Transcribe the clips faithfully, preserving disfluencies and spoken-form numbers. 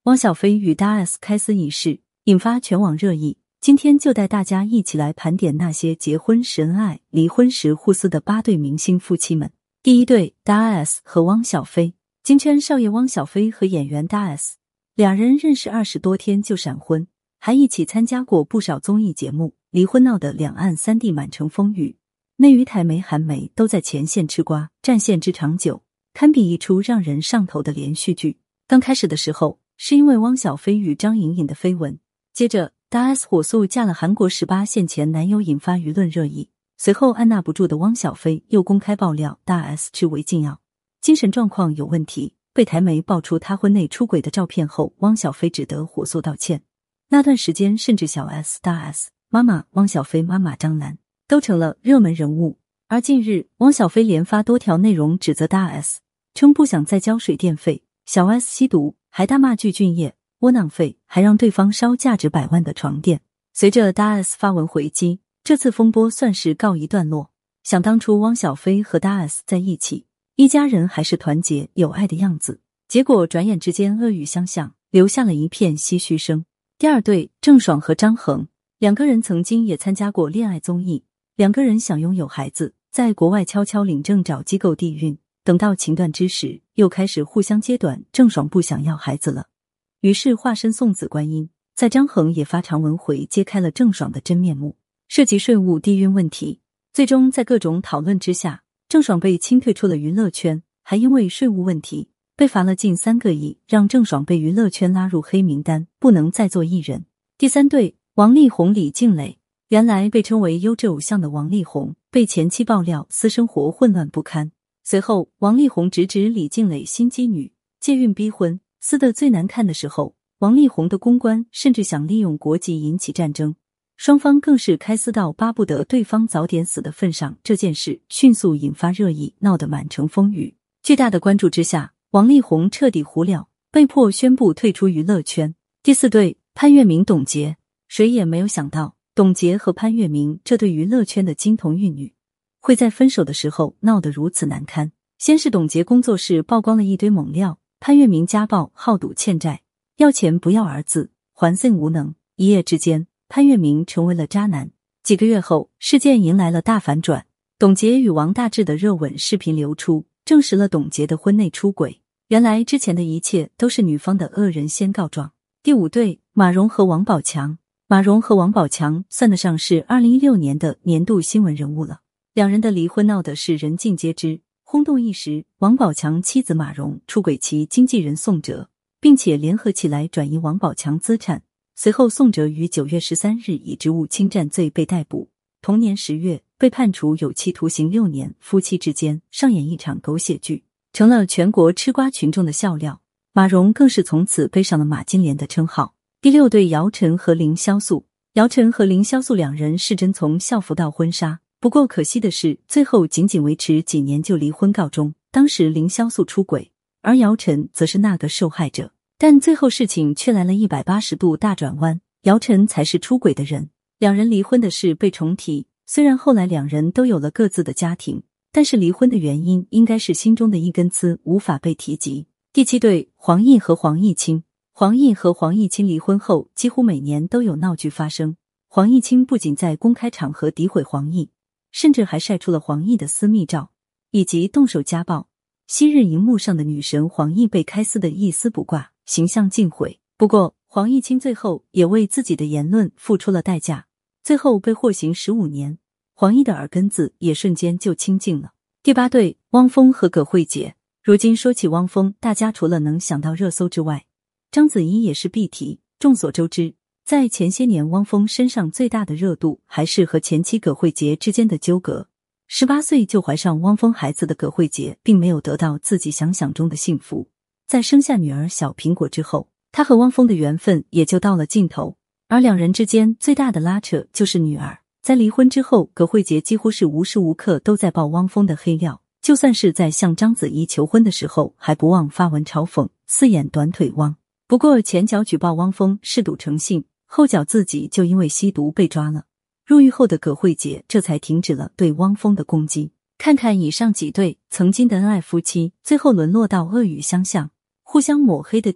汪小菲与大 S 开撕一事引发全网热议，今天就带大家一起来盘点那些结婚时恩爱、离婚时互撕的八对明星夫妻们。第一对，大 S 和汪小菲。金圈少爷汪小菲和演员大 S， 两人认识二十多天就闪婚，还一起参加过不少综艺节目，离婚闹得两岸三地满城风雨，内娱台媒韩媒都在前线吃瓜，战线之长久，堪比一出让人上头的连续剧。刚开始的时候，是因为汪小菲与张颖颖的绯闻，接着大 S 火速嫁了韩国十八线前男友，引发舆论热议。随后按捺不住的汪小菲又公开爆料大 S 吃违禁药，精神状况有问题，被台媒爆出他婚内出轨的照片后，汪小菲只得火速道歉。那段时间甚至小 S、大 S、妈妈汪小菲、妈妈张兰都成了热门人物。而近日汪小菲连发多条内容指责大 S， 称不想再交水电费，小 S 吸毒，还大骂具俊晔窝囊废，还让对方烧价值百万的床垫。随着大 S 发文回击，这次风波算是告一段落。想当初汪小菲和大 S 在一起，一家人还是团结有爱的样子，结果转眼之间恶语相向，留下了一片唏嘘声。第二对，郑爽和张恒。两个人曾经也参加过恋爱综艺，两个人想拥有孩子，在国外悄悄领证找机构地孕，等到情断之时，又开始互相揭短，郑爽不想要孩子了，于是化身送子观音，在张恒也发长文回揭开了郑爽的真面目。涉及税务地孕问题，最终在各种讨论之下，郑爽被清退出了娱乐圈，还因为税务问题被罚了近三个亿，让郑爽被娱乐圈拉入黑名单，不能再做艺人。第三对，王力宏、李静蕾。原来被称为优质偶像的王力宏，被前妻爆料私生活混乱不堪。随后王力宏直指李静蕾心机女，借孕逼婚，撕得最难看的时候，王力宏的公关甚至想利用国籍引起战争，双方更是开撕到巴不得对方早点死的份上。这件事迅速引发热议，闹得满城风雨。巨大的关注之下，王力宏彻底糊了，被迫宣布退出娱乐圈。第四对，潘粤明、董洁。谁也没有想到董洁和潘粤明这对娱乐圈的金童玉女会在分手的时候闹得如此难堪。先是董洁工作室曝光了一堆猛料，潘粤明家暴、好赌、欠债，要钱不要儿子，还剩无能。一夜之间潘粤明成为了渣男。几个月后，事件迎来了大反转，董洁与王大治的热吻视频流出，证实了董洁的婚内出轨。原来之前的一切都是女方的恶人先告状。第五对，马蓉和王宝强。马蓉和王宝强算得上是二零一六年的年度新闻人物了。两人的离婚闹得是人尽皆知，轰动一时。王宝强妻子马蓉出轨其经纪人宋哲，并且联合起来转移王宝强资产。随后宋哲于九月十三日以职务侵占罪被逮捕，同年十月被判处有期徒刑六年。夫妻之间上演一场狗血剧，成了全国吃瓜群众的笑料。马蓉更是从此背上了马金莲的称号。第六对，姚晨和凌潇肃。姚晨和凌潇肃两人是真从校服到婚纱，不过可惜的是，最后仅仅维持几年就离婚告终。当时凌潇肃出轨，而姚晨则是那个受害者。但最后事情却来了一百八十度大转弯，姚晨才是出轨的人。两人离婚的事被重提，虽然后来两人都有了各自的家庭，但是离婚的原因应该是心中的一根刺无法被提及。第七对，黄奕和黄毅清。黄奕和黄毅清离婚后，几乎每年都有闹剧发生。黄毅清不仅在公开场合诋毁黄奕，甚至还晒出了黄奕的私密照，以及动手家暴。昔日荧幕上的女神黄奕被开撕得一丝不挂，形象尽毁。不过黄毅清最后也为自己的言论付出了代价，最后被获刑十五年。黄奕的耳根子也瞬间就清净了。第八对，汪峰和葛慧杰。如今说起汪峰，大家除了能想到热搜之外，章子怡也是必提。众所周知，在前些年汪峰身上最大的热度还是和前妻葛慧杰之间的纠葛。十八岁就怀上汪峰孩子的葛慧杰并没有得到自己想象中的幸福，在生下女儿小苹果之后，她和汪峰的缘分也就到了尽头。而两人之间最大的拉扯就是女儿。在离婚之后，葛慧杰几乎是无时无刻都在爆汪峰的黑料，就算是在向章子怡求婚的时候，还不忘发文嘲讽四眼短腿汪。不过前脚举报汪峰嗜赌成性，后脚自己就因为吸毒被抓了。入狱后的葛慧杰这才停止了对汪峰的攻击。看看以上几对曾经的恩爱夫妻，最后沦落到恶语相向、互相抹黑的地步，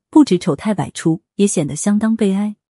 不止丑态百出，也显得相当悲哀。